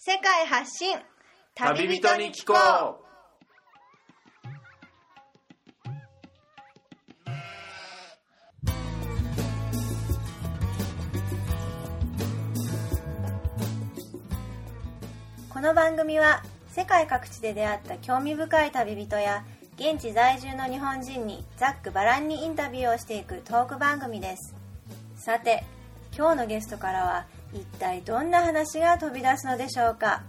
世界発信旅人に聞こう。 この番組は世界各地で出会った興味深い旅人や現地在住の日本人にざっくばらんにインタビューをしていくトーク番組です。さて、今日のゲストからは一体どんな話が飛び出すのでしょうか。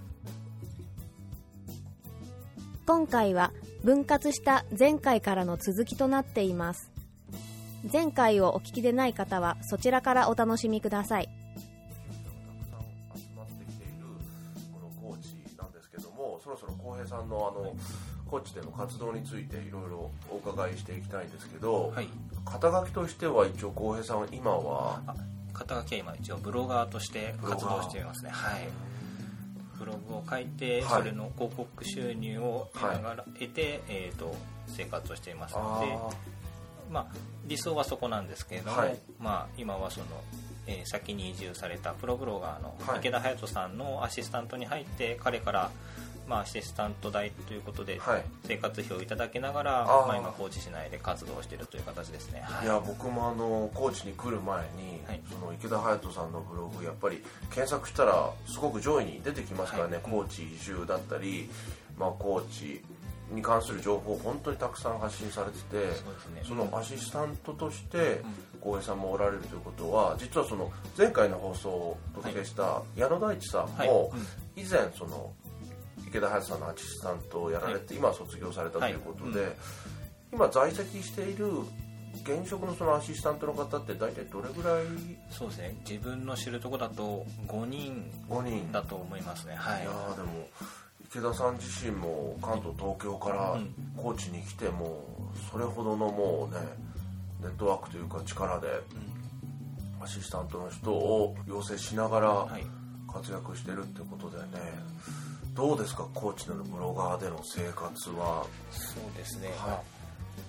今回は分割した前回からの続きとなっています。前回をお聞きでない方はそちらからお楽しみください。 たくさん集まってきているこの高知なんですけども、そろそろ浩平さんの高知での活動についていろいろお伺いしていきたいんですけど、はい、肩書きとしては一応浩平さんは今は肩書きは今一応ブロガーとして活動していますね。はい。ブログを書いて、はい、それの広告収入を得て、生活をしていますので、理想はそこなんですけれども、はい、今はその、先に移住されたプロブロガーの池田隼人さんのアシスタントに入って彼からアシスタント代ということで生活費をいただきながら、今高知市内で活動しているという形ですね。はい、 いや僕も高知に来る前に、はい、その池田隼人さんのブログやっぱり検索したらすごく上位に出てきますからね、はい、高知移住だったり、高知に関する情報を本当にたくさん発信されてて、 そのアシスタントとして浩平さんもおられるということは、実はその前回の放送をお届けした矢野大地さんも以前その池田隼人さんのアシスタントをやられて、今は卒業されたということで、今在籍している現職のそのアシスタントの方って大体どれぐらい？ そうですね、自分の知るところだと5人だと思いますね。はい、いやでも池田さん自身も関東東京から高知に来てもそれほどのもうねネットワークというか力でアシスタントの人を養成しながら活躍してるってことでね、どうですか高知でのブロガーでの生活は？ そうですね、はい、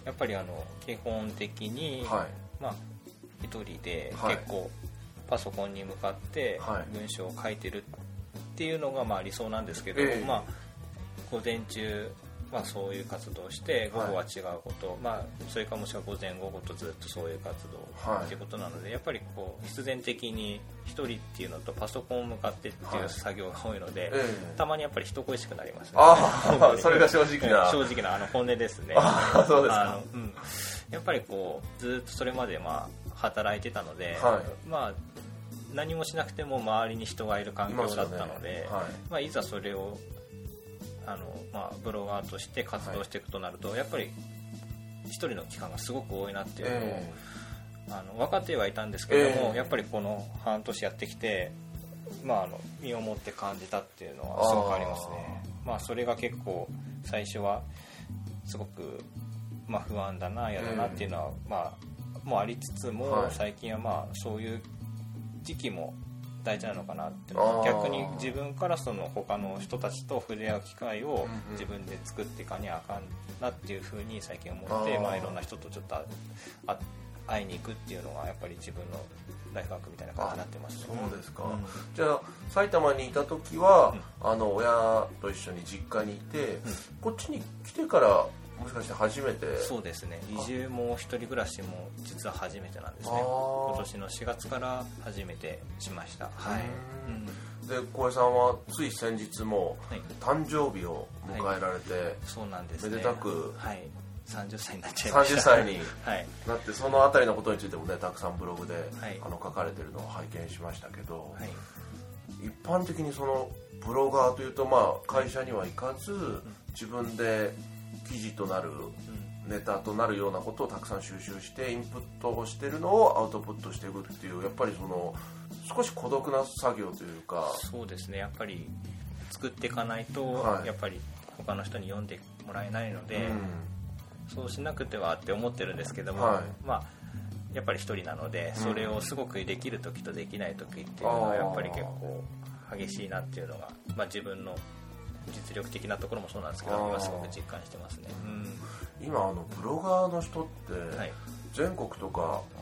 やっぱり基本的に、はい、一人で結構パソコンに向かって文章を書いてるっていうのが理想なんですけど、午前中そういう活動をして午後は違うこと、それかもしくは午前午後とずっとそういう活動っていうことなので、やっぱりこう必然的に一人っていうのとパソコンを向かってっていう作業が多いので、たまにやっぱり人恋しくなりますね。 それが正直な本音ですね。 そうですか。 やっぱりこうずっとそれまで働いてたので、何もしなくても周りに人がいる環境だったので、いざそれをブロガーとして活動していくとなると、やっぱり一人の期間がすごく多いなっていうのを、分かってはいたんですけれども、やっぱりこの半年やってきて、身をもって感じたっていうのはすごくありますね。それが結構最初はすごく不安だな嫌だなっていうのはもうありつつも、最近はそういう時期も大事なのかなって、逆に自分からその他の人たちと触れ合う機会を自分で作っていかにあかんなっていうふうに最近思って、いろんな人とちょっと会いに行くっていうのがやっぱり自分のライフワークみたいな感じになってますね。 そうですか。じゃあ埼玉にいた時は、親と一緒に実家にいて、こっちに来てからもしかして初めて？ そうですね、移住も一人暮らしも実は初めてなんですね。今年の4月から初めてしました。はい。 で浩平さんはつい先日も誕生日を迎えられて、 そうなんですね、 めでたく、 30歳になっちゃいました。 30歳になって、そのあたりのことについてもねたくさんブログで、書かれてるのを拝見しましたけど、一般的にそのブロガーというと会社には行かず、自分で記事となるネタとなるようなことをたくさん収集してインプットをしてるのをアウトプットしていくっていう、やっぱりその少し孤独な作業というか。 そうですね、やっぱり作っていかないと、やっぱり他の人に読んでもらえないので、そうしなくてはって思ってるんですけども、やっぱり一人なので、それをすごくできる時とできない時っていうのはやっぱり結構激しいなっていうのが、自分の実力的なところもそうなんですけど、今すごく実感してますね。 今ブロガーの人って全国とか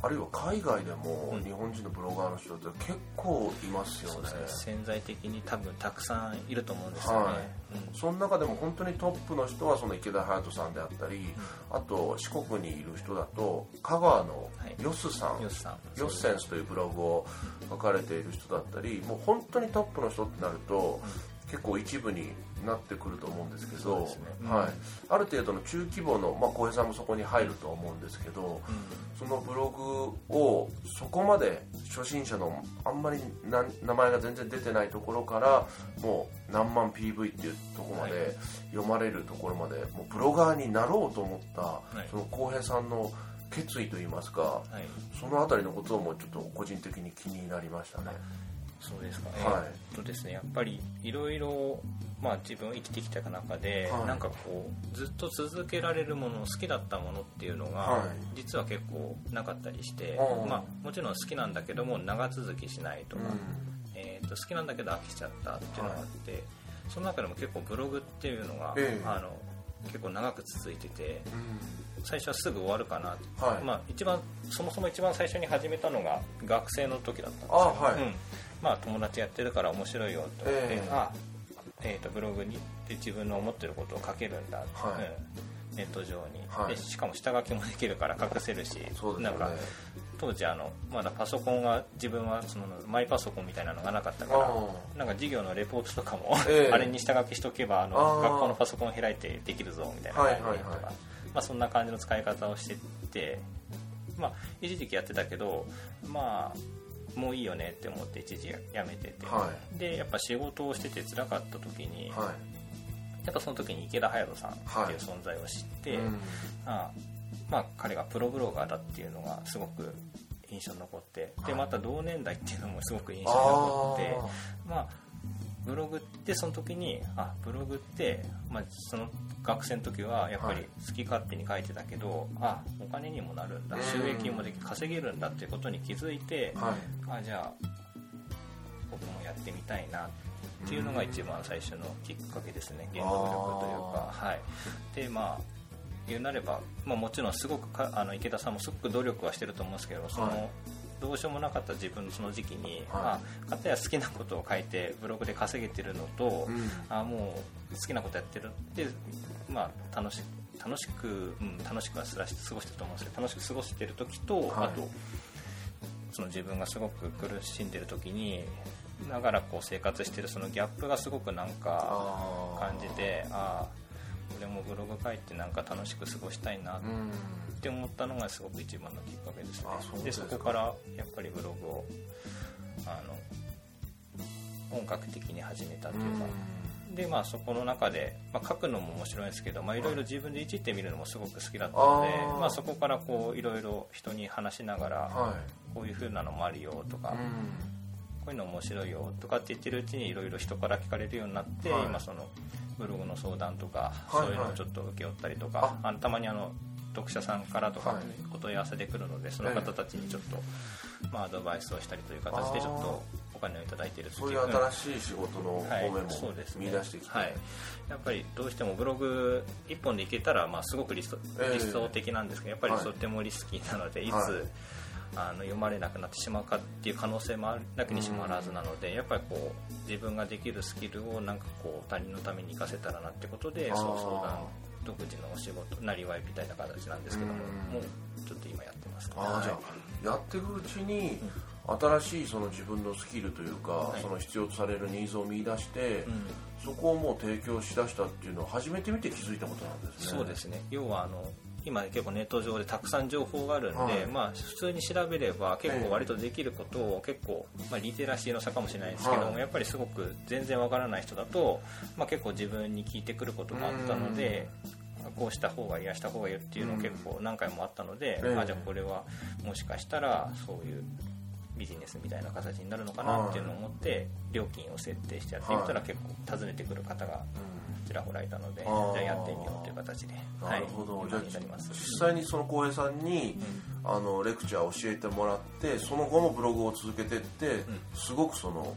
あるいは海外でも日本人のブロガーの人って結構いますよね。 潜在的に多分たくさんいると思うんですよね、 その中でも本当にトップの人はその池田隼人さんであったり、あと四国にいる人だと香川のヨスさん、ヨッセンスというブログを書かれている人だったり、もう本当にトップの人ってなると、結構一部になってくると思うんですけど、ある程度の中規模の、浩平さんもそこに入ると思うんですけど、そのブログをそこまで初心者のあんまり名前が全然出てないところからもう何万 PV っていうところまで読まれるところまで、もうブロガーになろうと思ったその浩平さんの決意といいますか、そのあたりのことをもうちょっと個人的に気になりましたね。 そうですかね。ですね、やっぱりいろいろ自分生きてきた中で、なんかこうずっと続けられるもの、好きだったものっていうのが、実は結構なかったりして、もちろん好きなんだけども長続きしないとか、好きなんだけど飽きちゃったっていうのがあって、その中でも結構ブログっていうのが、結構長く続いてて、最初はすぐ終わるかな、そもそも一番最初に始めたのが学生の時だったんですよ。友達やってるから面白いよと思って、ブログにで自分の思ってることを書けるんだ、ネット上に、でしかも下書きもできるから隠せるし、なんか当時まだパソコンが、自分はそのマイパソコンみたいなのがなかったから、なんか授業のレポートとかもあれに下書きしとけば学校のパソコン開いてできるぞみたいな感じとか、そんな感じの使い方をしてて、一時期やってたけど、もういいよねって思って一時やめてて、でやっぱ仕事をしてて辛かった時に、やっぱその時に池田隼人さんっていう存在を知って、彼がプロブロガーだっていうのがすごく印象に残って、でまた同年代っていうのもすごく印象に残って、ブログってその時にブログって、その学生の時はやっぱり好き勝手に書いてたけど、お金にもなるんだ、収益もでき稼げるんだっていうことに気づいて、じゃあ僕もやってみたいなっていうのが一番最初のきっかけですね、原動力というか。で言うなれば、もちろんすごく池田さんもすごく努力はしてると思うんですけど、そのどうしようもなかった自分のその時期に、片や好きなことを書いてブログで稼げてるのと、もう好きなことやってるって楽しくは過ごしてると思うんですけど、楽しく過ごしてる時と、あとその自分がすごく苦しんでる時にながらこう生活してるそのギャップがすごくなんか感じて、俺もブログ書いてなんか楽しく過ごしたいなって思ったのがすごく一番のきっかけですね。でそこからやっぱりブログを本格的に始めたというか、でそこの中で、書くのも面白いんですけど、いろいろ自分でいじってみるのもすごく好きだったので、そこからこういろいろ人に話しながら、こういう風なのもあるよとか、こういうの面白いよとかって言ってるうちにいろいろ人から聞かれるようになって、今そのブログの相談とか、そういうのをちょっと請け負ったりとか、たまに読者さんからとかお問い合わせで来るので、その方たちにちょっと、アドバイスをしたりという形でちょっとお金をいただいているという、 そういう新しい仕事の方面も見出してきて、 やっぱりどうしてもブログ一本でいけたら、すごく理想的なんですけど、やっぱりとてもリスキーなので、いつ読まれなくなってしまうかっていう可能性もなきにしもあらずなので、やっぱりこう自分ができるスキルをなんかこう他人のために生かせたらなってことで、相談独自のお仕事なりわいみたいな形なんですけども、もうちょっと今やってますね。 じゃあやっていくうちに、新しいその自分のスキルというか、その必要とされるニーズを見出して、そこをもう提供しだしたっていうのは初めて見て気づいたことなんですね。 そうですね。要は今結構ネット上でたくさん情報があるんで、普通に調べれば結構割とできることを結構、リテラシーの差かもしれないですけども、やっぱりすごく全然わからない人だと、結構自分に聞いてくることもあったので、こうした方がいい、した方がいいっていうのを結構何回もあったので、じゃあこれはもしかしたらそういうビジネスみたいな形になるのかなっていうのを思って料金を設定してやってみたら、結構訪ねてくる方がちらほらいたので、じゃあやってみようという形で。 なるほど。じゃあ実際にその浩平さんに、レクチャーを教えてもらって、その後もブログを続けていって、すごくその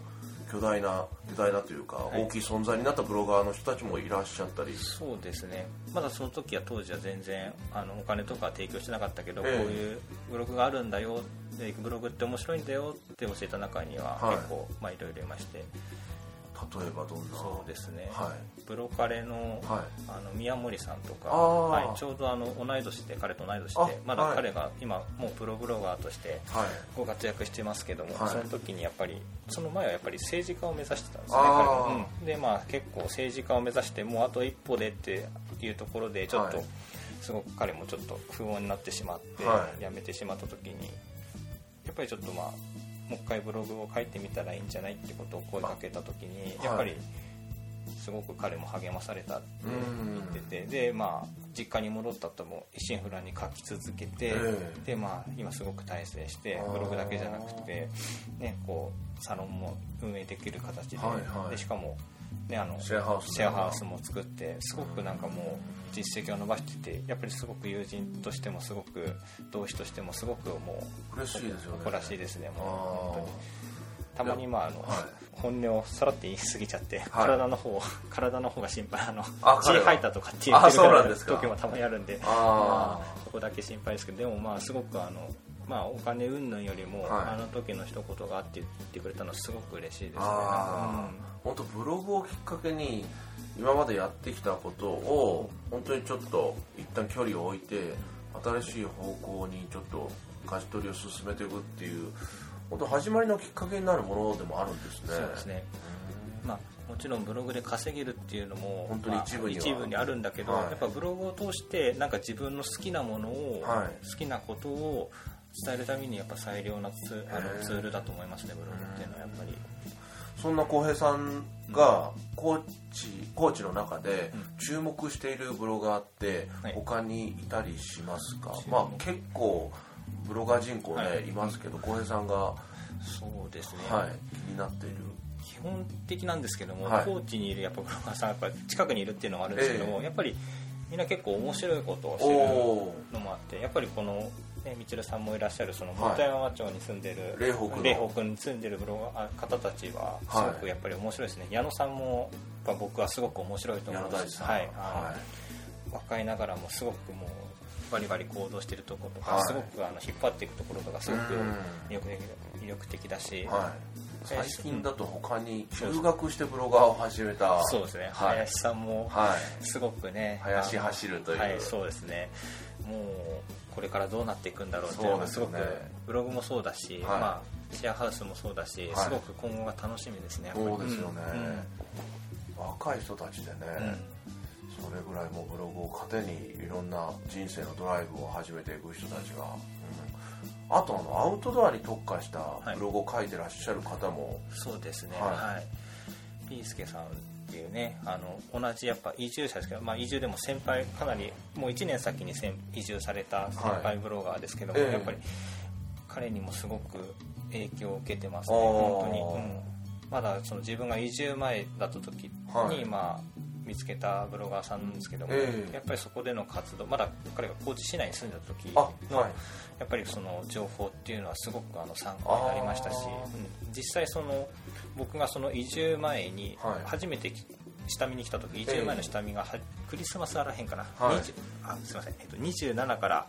巨大なというか、大きい存在になったブロガーの人たちもいらっしゃったり。 そうですね、まだその時は当時は全然お金とかは提供してなかったけど、こういうブログがあるんだよ、ブログって面白いんだよって教えた中には結構、いろいろいまして。 例えばどんな。 そうですね、ブロカレの、宮森さんとか、ちょうど同い年で、彼と同い年で、まだ彼が今もうプロブロガーとしてご活躍してますけども、その時にやっぱりその前はやっぱり政治家を目指してたんですね、彼も。で結構政治家を目指してもうあと一歩でっていうところでちょっと、すごく彼もちょっと不穏になってしまって、辞めてしまった時にやっぱりちょっともう一回ブログを書いてみたらいいんじゃないってことを声かけた時にやっぱりすごく彼も励まされたって言ってて、で実家に戻った後も一心不乱に書き続けて、で今すごく大成してブログだけじゃなくてね、こうサロンも運営できる形で、でしかもねシェアハウスも作ってすごくなんかもう実績を伸ばしてて、やっぱりすごく友人としてもすごく同志としてもすご誇らしいですよね。 誇らしいですね。もう本当にたまに本音をさらって言い過ぎちゃって、体の方が心配、血吐いたとかって言ってるぐらいの時もたまにあるんで、そこだけ心配ですけど、でもすごくお金云々よりも、あの時の一言があって言ってくれたのはすごく嬉しいですね。 本当ブログをきっかけに今までやってきたことを本当にちょっと一旦距離を置いて新しい方向にちょっと舵取りを進めていくっていう本当始まりのきっかけになるものでもあるんですね。 そうですね。もちろんブログで稼げるっていうのも本当に一部にあるんだけど、やっぱブログを通してなんか自分の好きなものを、好きなことを伝えるためにやっぱ最良なツールだと思いますね、ブログっていうのはやっぱり。 そんな浩平さんがコーチの中で注目しているブロガーって他にいたりしますか？結構ブロガー人口ね、いますけど、浩平さんがそうですね、 気になっている。 基本的なんですけども、高知にいるやっぱブロガーさんやっぱ近くにいるっていうのがあるんですけども、やっぱりみんな結構面白いことをしてるのもあって、やっぱりこのみちるさんもいらっしゃるその本山町に住んでる霊宝君に住んでるブロガー方たちはすごくやっぱり面白いですね。矢野さんもやっぱ僕はすごく面白いと思います。若いながらもすごくもうバリバリ行動してるところとか、すごく引っ張っていくところとかすごく魅力的だし、 最近だと他に休学してブロガーを始めた、 そうですね、林さんもすごくね、 林走るという、 そうですね、もうこれからどうなっていくんだろうっていうのがすごく、ブログもそうだし、シェアハウスもそうだし、すごく今後が楽しみですね。 そうですよね、若い人たちでね、それぐらいもうブログを糧にいろんな人生のドライブを始めていく人たちが、あとアウトドアに特化したブログを書いてらっしゃる方も、 そうですね、ピースケさんっていうね、同じやっぱ移住者ですけど、移住でも先輩、かなりもう1年先に移住された先輩ブロガーですけども、やっぱり彼にもすごく影響を受けてますね、本当に。まだその自分が移住前だった時に、見つけたブロガーさんなんですけども、やっぱりそこでの活動、まだ彼が高知市内に住んだ時のやっぱりその情報っていうのはすごく参考になりましたし、実際その僕がその移住前に初めて下見に来た時、移住前の下見がクリスマスあらへんかな、すいません、27から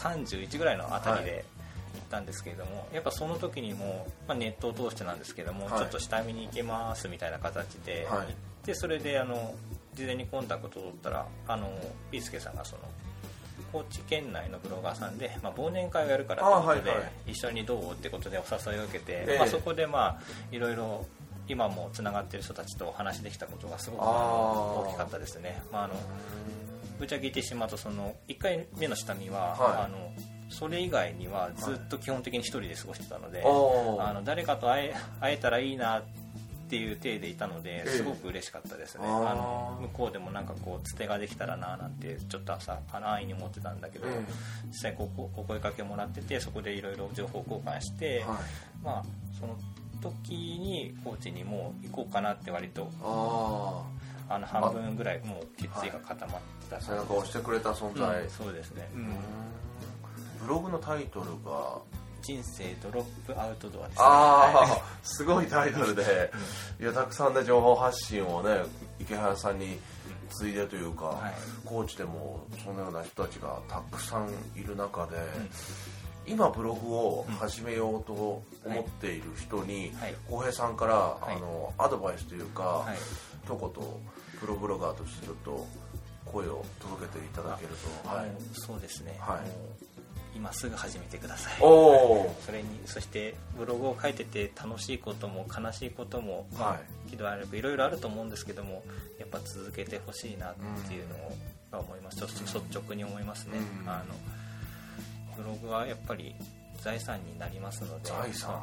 31ぐらいのあたりで行ったんですけれども、やっぱその時にも、ネットを通してなんですけども、ちょっと下見に行けますみたいな形で行って、それで事前にコンタクトを取ったらピースケさんがその高知県内のブロガーさんで、忘年会をやるからということで、一緒にどうってことでお誘いを受けて、そこでいろいろ今もつながっている人たちとお話できたことがすごく大きかったですね。ぶっちゃけ言ってしまうと、その1回目の下見は、それ以外にはずっと基本的に一人で過ごしてたので、誰かと会えたらいいなっていう体でいたので、すごく嬉しかったですね。向こうでもなんかこうつてができたらななんてちょっと安易に思ってたんだけど、実際お声かけもらってて、そこでいろいろ情報交換して、その時に高知にも行こうかなって割と半分ぐらいもう決意が固まってた、 背中を押してくれた存在、 そうですね。 ブログのタイトルが人生ドロップアウトドアですね。 すごいタイトルでいやたくさんで情報発信をね池原さんについでというか、高知でもそのような人たちがたくさんいる中で、今ブログを始めようと思っている人に浩平さんからアドバイスというか一言プロブロガーとしてちょっと声を届けていただけると。 そうですね、今すぐ始めてください。そしてブログを書いてて楽しいことも悲しいことも喜怒哀楽いろいろあると思うんですけども、やっぱ続けてほしいなっていうのを思います。ちょっと率直に思いますね。ブログはやっぱり財産になりますので、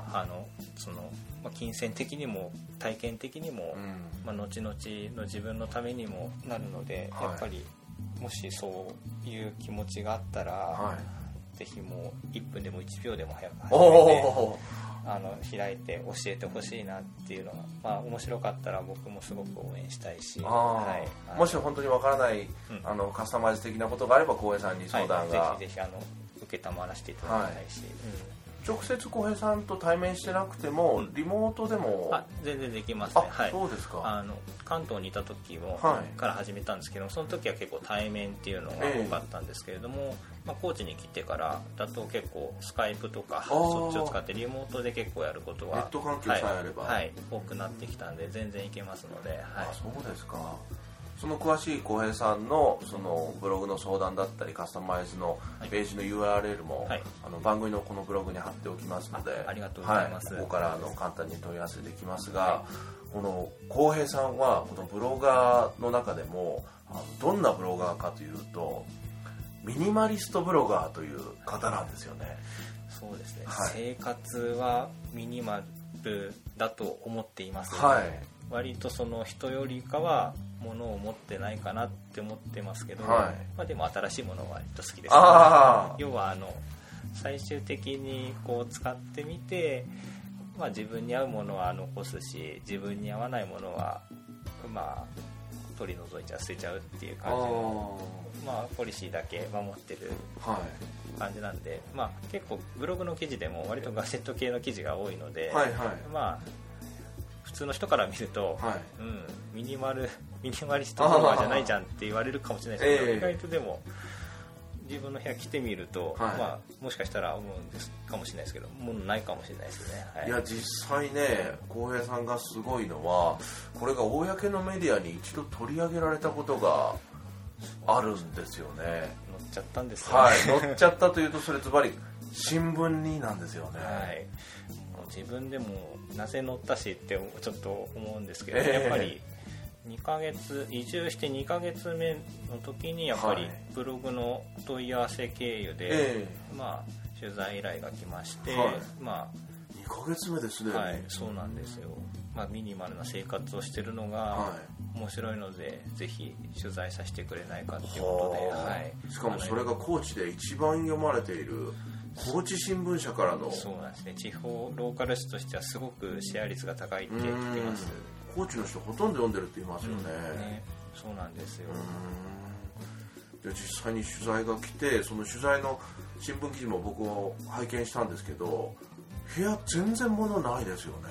金銭的にも体験的にも、後々の自分のためにもなるので、やっぱりもしそういう気持ちがあったら、ぜひもう1分でも1秒でも早く始めて開いて教えてほしいなっていうのが、面白かったら僕もすごく応援したいし、 もし本当にわからない、カスタマイズ的なことがあれば浩平さんに相談が、 ぜひ受けたまらせていただきたいし、 直接浩平さんと対面してなくても、リモートでも全然できますね。 そうですか。 関東にいた時も、から始めたんですけど、その時は結構対面っていうのが多かったんですけれども、高知に来てからだと結構スカイプとかそっちを使ってリモートで結構やることはネット環境さえあれば、 多くなってきたんで全然いけますので、 そうですか。その詳しい浩平さんのそのブログの相談だったりカスタマイズのページの URL も、番組のこのブログに貼っておきますので、 ありがとうございます。 ここから簡単に問い合わせできますが、この浩平さんはこのブロガーの中でもどんなブロガーかというとミニマリストブロガーという方なんですよね。 そうですね、生活はミニマルだと思っています、割とその人よりかは物を持ってないかなって思ってますけど、でも新しいものは割と好きです、要は最終的にこう使ってみて、自分に合うものは残すし、自分に合わないものは取り除いちゃ捨てちゃうっていう感じのポリシーだけ守ってる感じなんで、結構ブログの記事でも割とガジェット系の記事が多いので、普通の人から見ると、ミニマリストブロガーじゃないじゃんって言われるかもしれないですけど、意外とでも自分の部屋来てみると、もしかしたら思うんですかもしれないですけど、もうないかもしれないですね。 いや実際ね、浩平さんがすごいのはこれが公のメディアに一度取り上げられたことがあるんですよね。 載っちゃったんですよね。 載っちゃったというとそれズバリ新聞になんですよね。 もう自分でもなぜ載ったしってちょっと思うんですけど、やっぱり2ヶ月移住して2ヶ月目の時にやっぱりブログの問い合わせ経由で、取材依頼が来まして、2 ヶ月目ですね。 そうなんですよ。ミニマルな生活をしてるのが面白いので、ぜひ取材させてくれないかっていうことで、 しかもそれが高知で一番読まれている高知新聞社からの。 そうなんですね。地方ローカル紙としてはすごくシェア率が高いって聞きます。 高知の人ほとんど読んでるって言いますよね。 そうなんですよ。 で実際に取材が来て、その取材の新聞記事も僕も拝見したんですけど、部屋全然物ないですよね。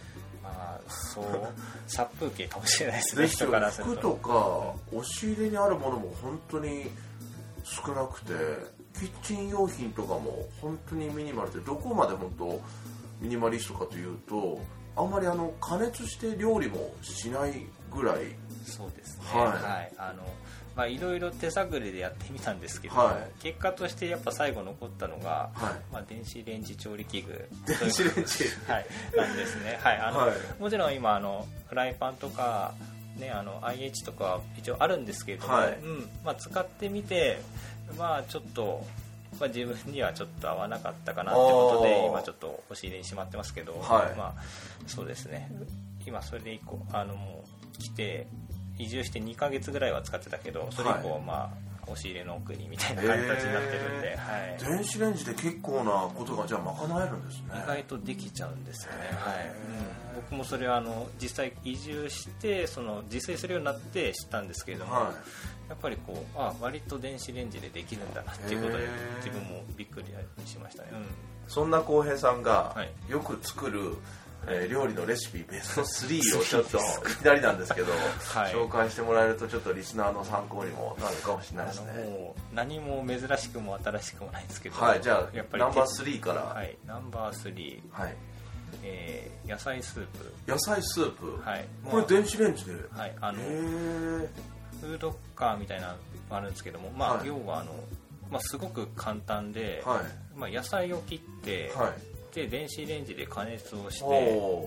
殺風景かもしれないですね。人からすると服とか押し入れにあるものも本当に少なくて、キッチン用品とかも本当にミニマルで、どこまで本当ミニマリストかというと、あんまり加熱して料理もしないぐらい。 そうですね。いろいろ手探りでやってみたんですけど、結果としてやっぱ最後残ったのが、電子レンジ調理器具。 電子レンジなんですね。もちろん今フライパンとかね、IH とか一応あるんですけれども、使ってみてちょっと。自分にはちょっと合わなかったかなってことで、今ちょっと押し入れにしまってますけど、そうですね。今それで以降もう来て移住して2ヶ月ぐらいは使ってたけど、それ以降押し入れの奥にみたいな形になってるんで、 電子レンジで結構なことがじゃあ賄えるんですね。 意外とできちゃうんですよね。僕もそれは実際移住して自炊するようになって知ったんですけれども、やっぱりこう割と電子レンジでできるんだなっていうことで自分もびっくりしましたね。 そんな浩平さんがよく作る料理のレシピベスト3をちょっといきなりなんですけど、紹介してもらえるとちょっとリスナーの参考にもなるかもしれないですね。 もう何も珍しくも新しくもないんですけど、 じゃあやっぱりナンバー3から。 ナンバー3、野菜スープ。 野菜スープ、これ電子レンジで、 フードカーみたいなのがあるんですけども、要はすごく簡単で、野菜を切って、で電子レンジで加熱をして、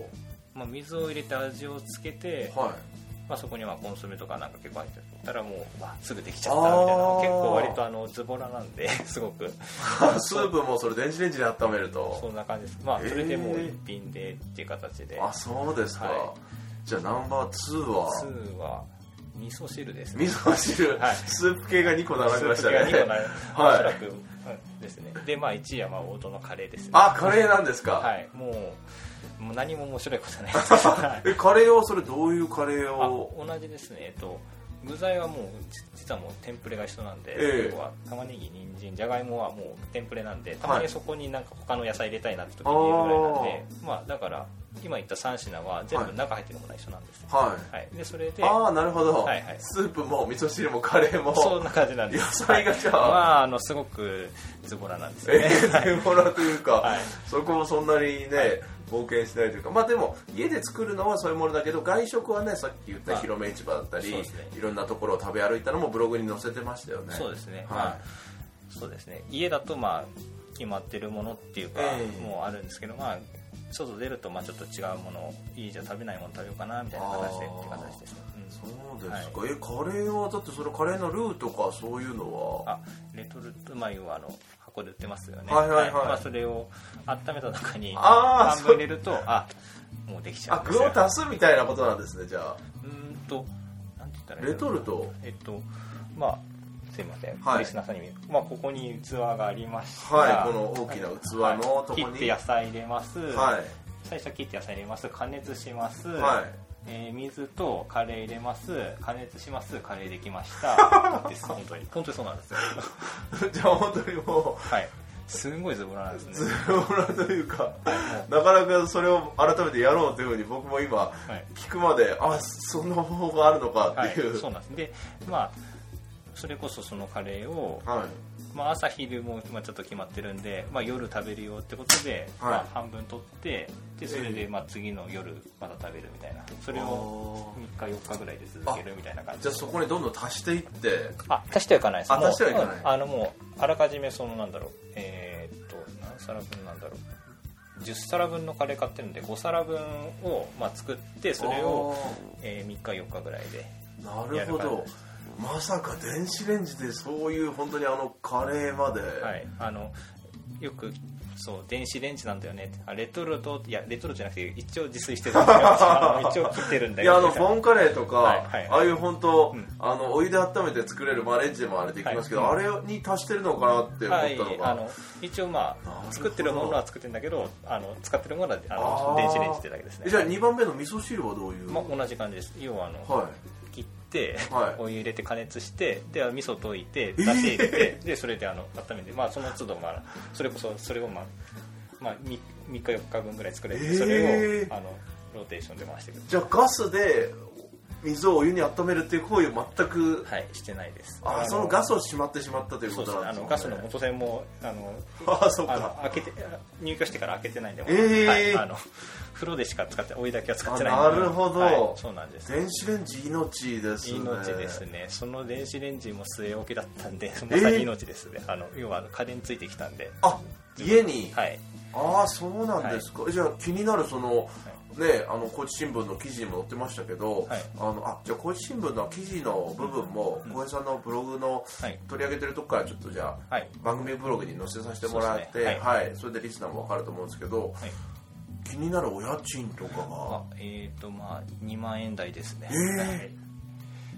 水を入れて味をつけて、そこにコンソメとかなんか結構入ってたらもうすぐできちゃったみたいな。結構割とズボラなんですごくスープもそれ電子レンジで温めるとそんな感じです。それでもう一品でっていう形で。 そうですか。じゃあナンバー2は味噌汁ですね。 味噌汁、スープ系が2個並びましたね。 スープ系が2個並びおそらくですね。で1位は王道のカレーですね。 カレーなんですか。 もう何も面白いことないですカレーはそれどういうカレーを。 同じですね。具材はもう実はもうテンプレが一緒なんで、要は玉ねぎ、人参、じゃがいもはもうテンプレなんで、たまにそこになんか他の野菜入れたいなって時に入れるぐらいなんで、だから今言った3品は全部中入ってるものは一緒なんです。でそれでなるほど。スープも味噌汁もカレーもそんな感じなんです。 野菜がじゃあすごくズボラなんですよね。 ズボラというか、そこもそんなにね冒険しないというか、でも家で作るのはそういうものだけど、外食はね、さっき言った広め市場だったり、いろんなところを食べ歩いたのもブログに載せてましたよね。 そうですね。そうですね。家だと決まってるものっていうかもうあるんですけど、外出るとちょっと違うものを家じゃ食べないもの食べようかなみたいな形でっていう形ですね。 そうですか。カレーはだってそれカレーのルーとかそういうのはレトルト要は箱で売ってますよね。それを温めた中に半分入れるともうできちゃうんですよ。 具を足すみたいなことなんですね。じゃあなんて言ったらいいレトルトすいません、リスナーさんにここに器がありました。 この大きな器のとこに切って野菜入れます。最初は切って野菜入れます。加熱します。水とカレー入れます。加熱します。カレーできましたです。本当にそうなんですよ。 じゃあ本当にもうすごいズボラなんですね。 ズボラというか、なかなかそれを改めてやろうというふうに僕も今聞くまでそんな方法があるのかっていう。 そうなんです。でそれこそそのカレーを、朝昼もちょっと決まってるんで、夜食べるよってことで、半分取ってでそれで次の夜また食べるみたいな、それを3日4日ぐらいで続けるみたいな感じ。 じゃあそこにどんどん足していって。 足してはいかないです。 足してはいかない。 もうあらかじめ何皿分なんだろう、10皿分のカレー買ってるんで5皿分を作って、それを3日4日ぐらいでやる感じです。なるほど。 まさか電子レンジでそういう本当にカレーまで。 よく電子レンジなんだよねって。レトルトじゃなくて一応自炊してるんだよ。一応切ってるんだよ。 ボンカレーとかああいう本当お湯で温めて作れるレンジでもあれできますけど、あれに足してるのかなって思ったのが、 一応作ってるものは作ってるんだけど、使ってるものは電子レンジってだけですね。 じゃあ2番目の味噌汁はどういう。 同じ感じです。要は切ってお湯入れて加熱して、で味噌溶いて出汁入れてでそれで温めて、その都度それこそそれを3日4日分ぐらい作れて、それをローテーションで回してくる。 じゃあガスで水をお湯に温めるっていう行為を全くしてないです。 そのガスをしまってしまったということなんですね。 ガスの元栓もそうか、 開けて入居してから開けてないんで、風呂でしか使ってお湯だけは使ってないんで。 なるほど、 そうなんです。 電子レンジ命ですね。 命ですね。その電子レンジも据え置きだったんで、まさに命ですね。要は家電ついてきたんで。 家に。そうなんですか。じゃあ気になる高知新聞の記事にも載ってましたけど、じゃあ高知新聞の記事の部分も小江さんのブログの取り上げてるとこからちょっとじゃあ番組ブログに載せさせてもらって、それでリスナーも分かると思うんですけど、気になるお家賃とかが 2万円台ですね。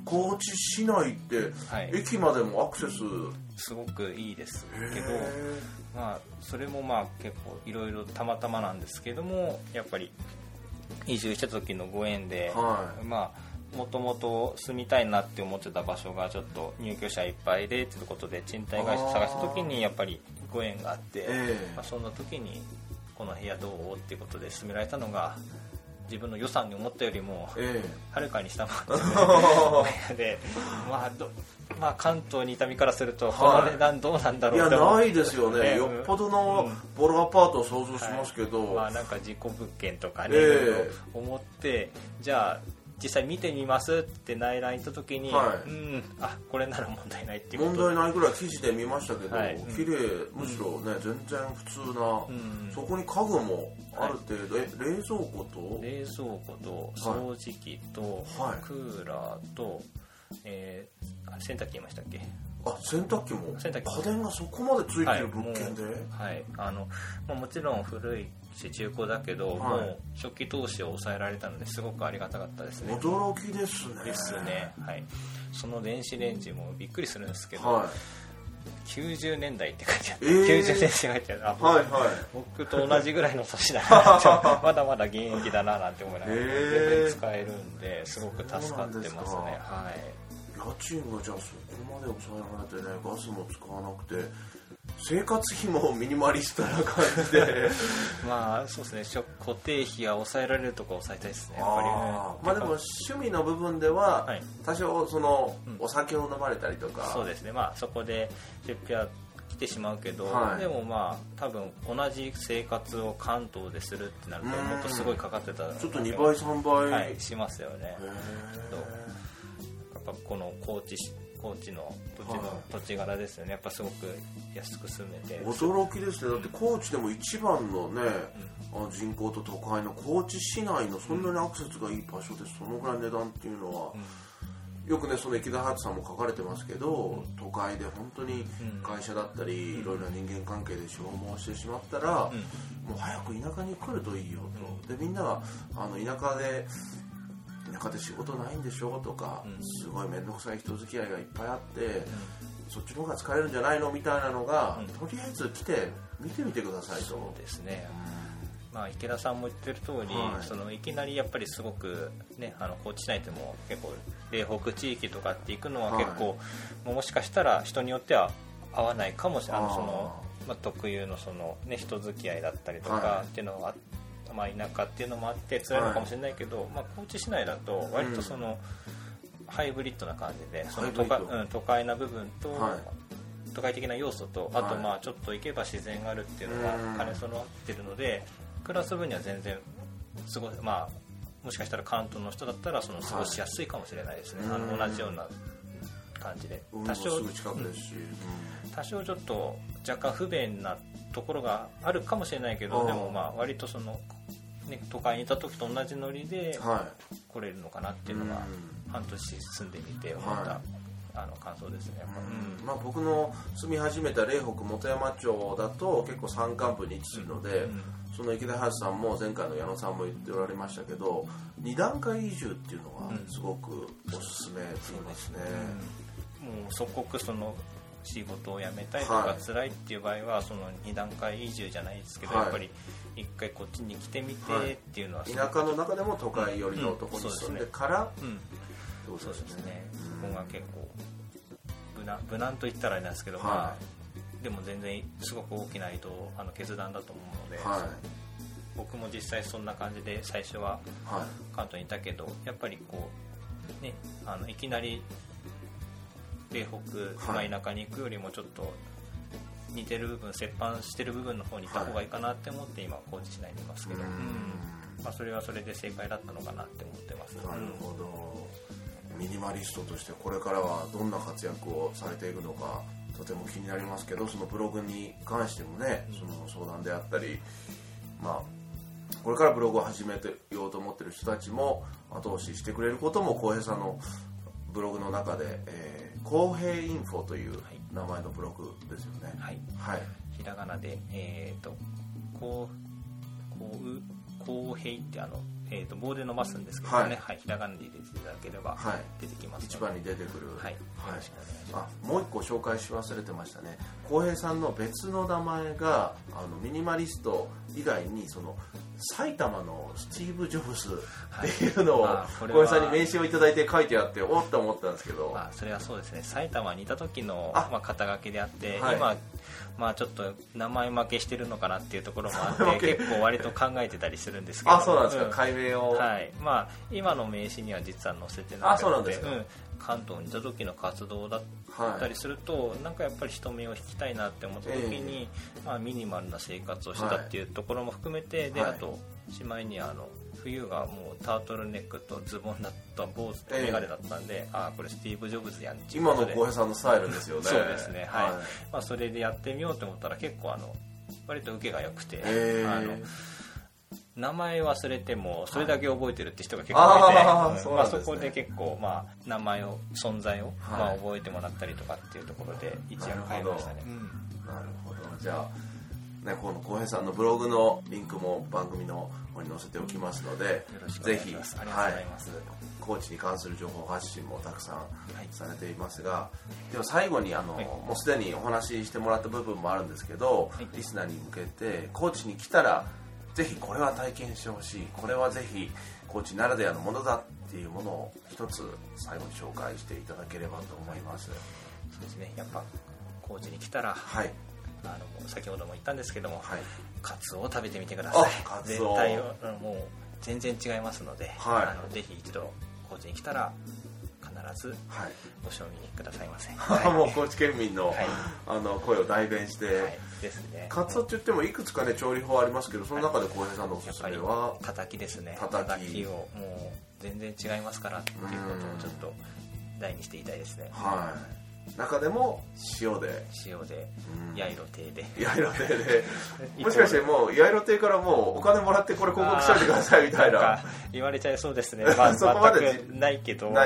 高知市内って、駅までもアクセスすごくいいですけど、まあ、それもまあ結構いろいろたまたまなんですけども、やっぱり移住した時のご縁で、まあもともと住みたいなって思ってた場所がちょっと入居者いっぱいでということで賃貸会社探した時にやっぱりご縁があって、まあ、そんな時にこの部屋どうっていうことで勧められたのが、自分の予算に思ったよりもはるかに下回ってるお部屋で、まあ関東にいた身からするとこの値段どうなんだろうっていやないですよね、よっぽどのボロアパートを想像しますけど、 まあなんか事故物件とかね、思ってじゃあ実際見てみますって内覧行った時に、これなら問題ないっていうことで、 問題ないぐらい記事で見ましたけど、綺麗、むしろね、全然普通な、そこに家具もある程度、冷蔵庫と掃除機と、クーラーと、洗濯機言いましたっけ？ 洗濯機も家電がそこまでついてる物件で、 もちろん古いし中古だけど、もう初期投資を抑えられたのですごくありがたかったですね。 驚きですね。 ですね。その電子レンジもびっくりするんですけど、90年代って書いてあって、90年代って書いてあって、僕と同じぐらいの年だなまだまだ現役だななんて思いながら全然使えるんですごく助かってますね。 家賃がじゃあそこまで抑えられてね、ガスも使わなくて、生活費もミニマリストな感じでまあそうですね、固定費は抑えられるところ抑えたいですね、やっぱりね。 まあでも趣味の部分では多少そのお酒を飲まれたりとか、 そうですね、まあそこで出費は来てしまうけど、でもまあ多分同じ生活を関東でするってなるともっとすごいかかってたちょっと2倍3倍、 しますよね。やっぱこの高知の土地柄ですよね。やっぱすごく安く住めて驚きですね。だって高知でも一番のね、人口と都会の高知市内のそんなにアクセスがいい場所でそのぐらい値段っていうのは、よくねその池田ハツさんも書かれてますけど、都会で本当に会社だったりいろいろな人間関係で消耗してしまったら、もう早く田舎に来るといいよと。でみんなが田舎で仕事ないんでしょとか、すごい面倒くさい人付き合いがいっぱいあって、そっちの方が疲れるんじゃないのみたいなのが、とりあえず来て見てみてくださいと。 そうですね、まあ、池田さんも言ってる通り、そのいきなりやっぱりすごく、ね、高知市内でも結構嶺北地域とかって行くのは結構、もしかしたら人によっては合わないかもしれない。特有のその、ね、人付き合いだったりとかっていうのがあって、まあ、田舎っていうのもあって辛いのかもしれないけど、まあ、高知市内だと割とその、ハイブリッドな感じでその都会な部分と、都会的な要素と、あとまあちょっと行けば自然があるっていうのが兼ね備わってるので、暮らす分には全然まあもしかしたら関東の人だったら過ごしやすいかもしれないですね。同じような感じで、多少ちょっと若干不便なところがあるかもしれないけど、でもまあ割と都会にいた時と同じノリで来れるのかなっていうのが半年住んでみて思った感想ですね。 まあ、僕の住み始めた嶺北本山町だと結構山間部に位置するので、その池田ハツさんも前回の矢野さんも言っておられましたけど、2段階移住っていうのがすごくおすすめって言いますね。 もう即刻仕事を辞めたいとか辛いっていう場合は2段階移住じゃないですけど、やっぱり一回こっちに来てみてっていうのは、 田舎の中でも都会寄りのところに住んでからそうですね、そこが結構無難と言ったらあれなんですけど、まあでも全然すごく大きな決断だと思うので、僕も実際そんな感じで最初は関東にいたけど、やっぱりこうねいきなり嶺北、田舎に行くよりもちょっと似てる部分、折半してる部分の方に行った方がいいかなって思って今高知市内にいますけど、まあ、それはそれで正解だったのかなって思ってます。 なるほど。ミニマリストとしてこれからはどんな活躍をされていくのかとても気になりますけど、そのブログに関してもね、その相談であったり、まあこれからブログを始めてようと思ってる人たちも後押ししてくれることも、浩平さんのブログの中で、浩平インフォという名前のブログですよね。 ひらがなで浩平って棒で伸ばすんですけどね、はい、ひらがなで入れていただければ出てきますので、 一番に出てくる、 はい、よろしくお願いします。 もう一個紹介し忘れてましたね。浩平さんの別の名前がミニマリスト以外にその埼玉のスティーブ・ジョブズっていうのを浩平さんに名刺をいただいて書いてあっておっと思ったんですけど、 それはそうですね、埼玉にいた時の肩書きであって、 はい、 今ちょっと名前負けしてるのかなっていうところもあって結構割と考えてたりするんですけど、 そうなんですか、解明を、 はい、今の名刺には実は載せてなくて、 そうなんですか、 関東にいた時の活動だったりすると、なんかやっぱり人目を引きたいなって思った時に、ミニマルな生活をしてたっていうところも含めて、であとしまいに冬がもうタートルネックとズボンだった坊主とメガネだったんで、これスティーブ・ジョブズやんっていう今の浩平さんのスタイルですよね。 そうですね、はい、それでやってみようと思ったら結構割と受けが良くて、名前忘れてもそれだけ覚えてるって人が結構いて、そこで結構名前を存在を覚えてもらったりとかっていうところで一応変えましたね。 なるほど。じゃあこの浩平さんのブログのリンクも番組の方に載せておきますので、ぜひ、コーチに関する情報発信もたくさんされていますが、でも最後にもうすでにお話ししてもらった部分もあるんですけど、リスナーに向けてコーチに来たらぜひこれは体験してほしい、これはぜひコーチならではのものだっていうものを一つ最後に紹介していただければと思います。 そうですね、やっぱコーチに来たら、先ほども言ったんですけども、カツオを食べてみてください。絶対もう全然違いますので、ぜひ一度コーチに来たら必ずご賞味くださいませ。 もう高知県民の、声を代弁して、 ですね。 カツオって言ってもいくつかね調理法ありますけど、その中で浩平さんのおすすめはたたきですね。たたきをもう全然違いますからっていうことをちょっと題にしていたいですね。 中でも塩でヤイロ亭でもしかしてもうヤイロ亭からもうお金もらってこれ広告しといてくださいみたいな言われちゃいそうですね。 そこまでないけど、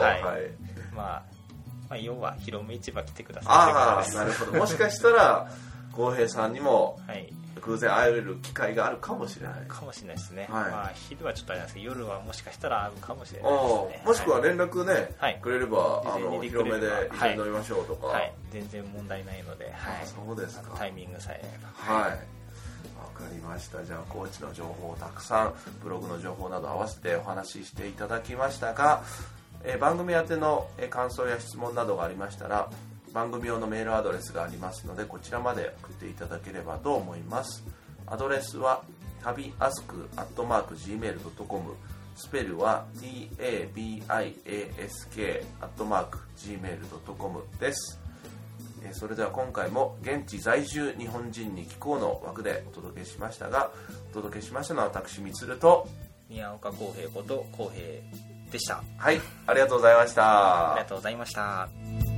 要は広め市場来てください。 なるほど。もしかしたら浩平さんにも偶然会える機会があるかもしれないですね。昼はちょっとあれなんですけど、夜はもしかしたら会うかもしれないですね。 もしくは連絡ね、くれれば広めで一緒に飲みましょうとか、 全然問題ないので、 そうですか。 タイミングさえあれば。 わかりました。じゃあコーチの情報をたくさん、ブログの情報など合わせてお話ししていただきましたが、番組宛ての感想や質問などがありましたら、番組用のメールアドレスがありますので、こちらまで送っていただければと思います。アドレスはtabiask@gmail.com、 スペルは tabiask@gmail.com です。それでは今回も現地在住日本人に聞こうの枠でお届けしましたが、お届けしましたのは私みつると宮岡浩平こと浩平でした。 はい、ありがとうございました。 ありがとうございました。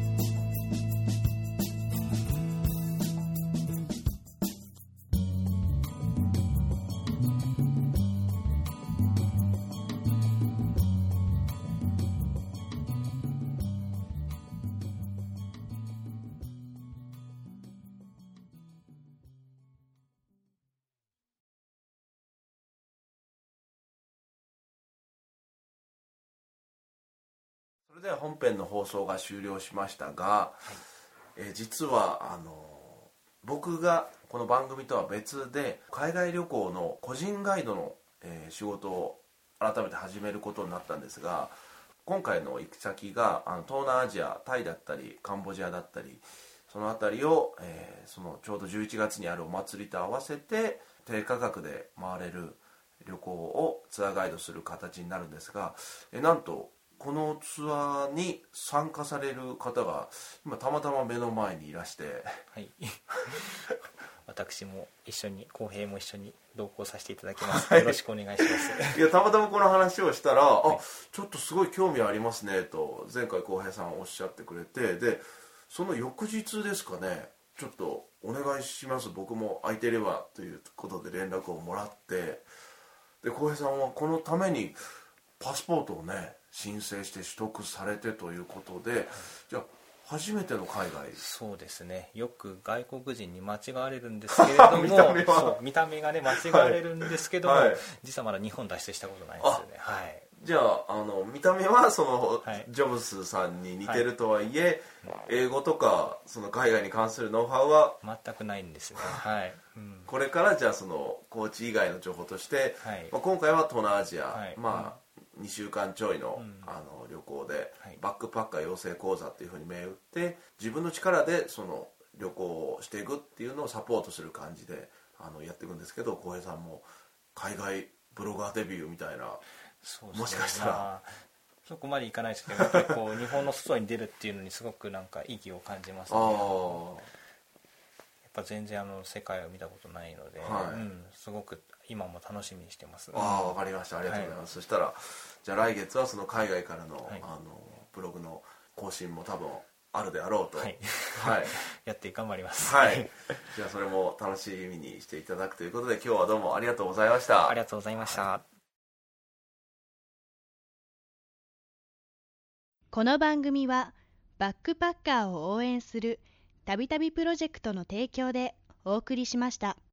それでは本編の放送が終了しましたが、実は僕がこの番組とは別で海外旅行の個人ガイドの、仕事を改めて始めることになったんですが、今回の行き先が東南アジア、タイだったりカンボジアだったり、その辺りを、そのちょうど11月にあるお祭りと合わせて低価格で回れる旅行をツアーガイドする形になるんですが、なんとこのツアーに参加される方が今たまたま目の前にいらして、 私も一緒に、浩平も一緒に同行させていただきます。よろしくお願いします。 いや、たまたまこの話をしたら、ちょっとすごい興味ありますねと前回浩平さんおっしゃってくれて、でその翌日ですかね、ちょっとお願いします、僕も空いてればということで連絡をもらって、で浩平さんはこのためにパスポートをね申請して取得されてということで、じゃあ初めての海外。 そうですね、よく外国人に間違われるんですけれども見た目がね間違われるんですけども、はい、実はまだ日本脱出したことないんですよね。はい、 じゃあ見た目はその、はい、ジョブズさんに似てるとはいえ、はい、英語とかその海外に関するノウハウは全くないんですね。はい、 うん、これからじゃあそのコーチ以外の情報として、はい、まあ、今回は東南アジア、はい、まあ、2週間ちょいの、旅行で、はい、バックパッカー養成講座っていうふうに銘打って自分の力でその旅行をしていくっていうのをサポートする感じでやっていくんですけど、浩平さんも海外ブロガーデビューみたいな、 そうですね、 もしかしたら、 そこまでいかないですけど、やっぱりこう日本の外に出るっていうのにすごくなんか意義を感じますね。やっぱ全然世界を見たことないので、はい、うん、すごく今も楽しみにしてます。 わかりました、ありがとうございます。はい、そしたらじゃあ来月はその海外からの、はい、ブログの更新も多分あるであろうと、 はいはい、 やって頑張ります。 はい、じゃあそれも楽しみにしていただくということで、今日はどうもありがとうございました。 ありがとうございました。はい、 この番組はバックパッカーを応援するたびたびプロジェクトの提供でお送りしました。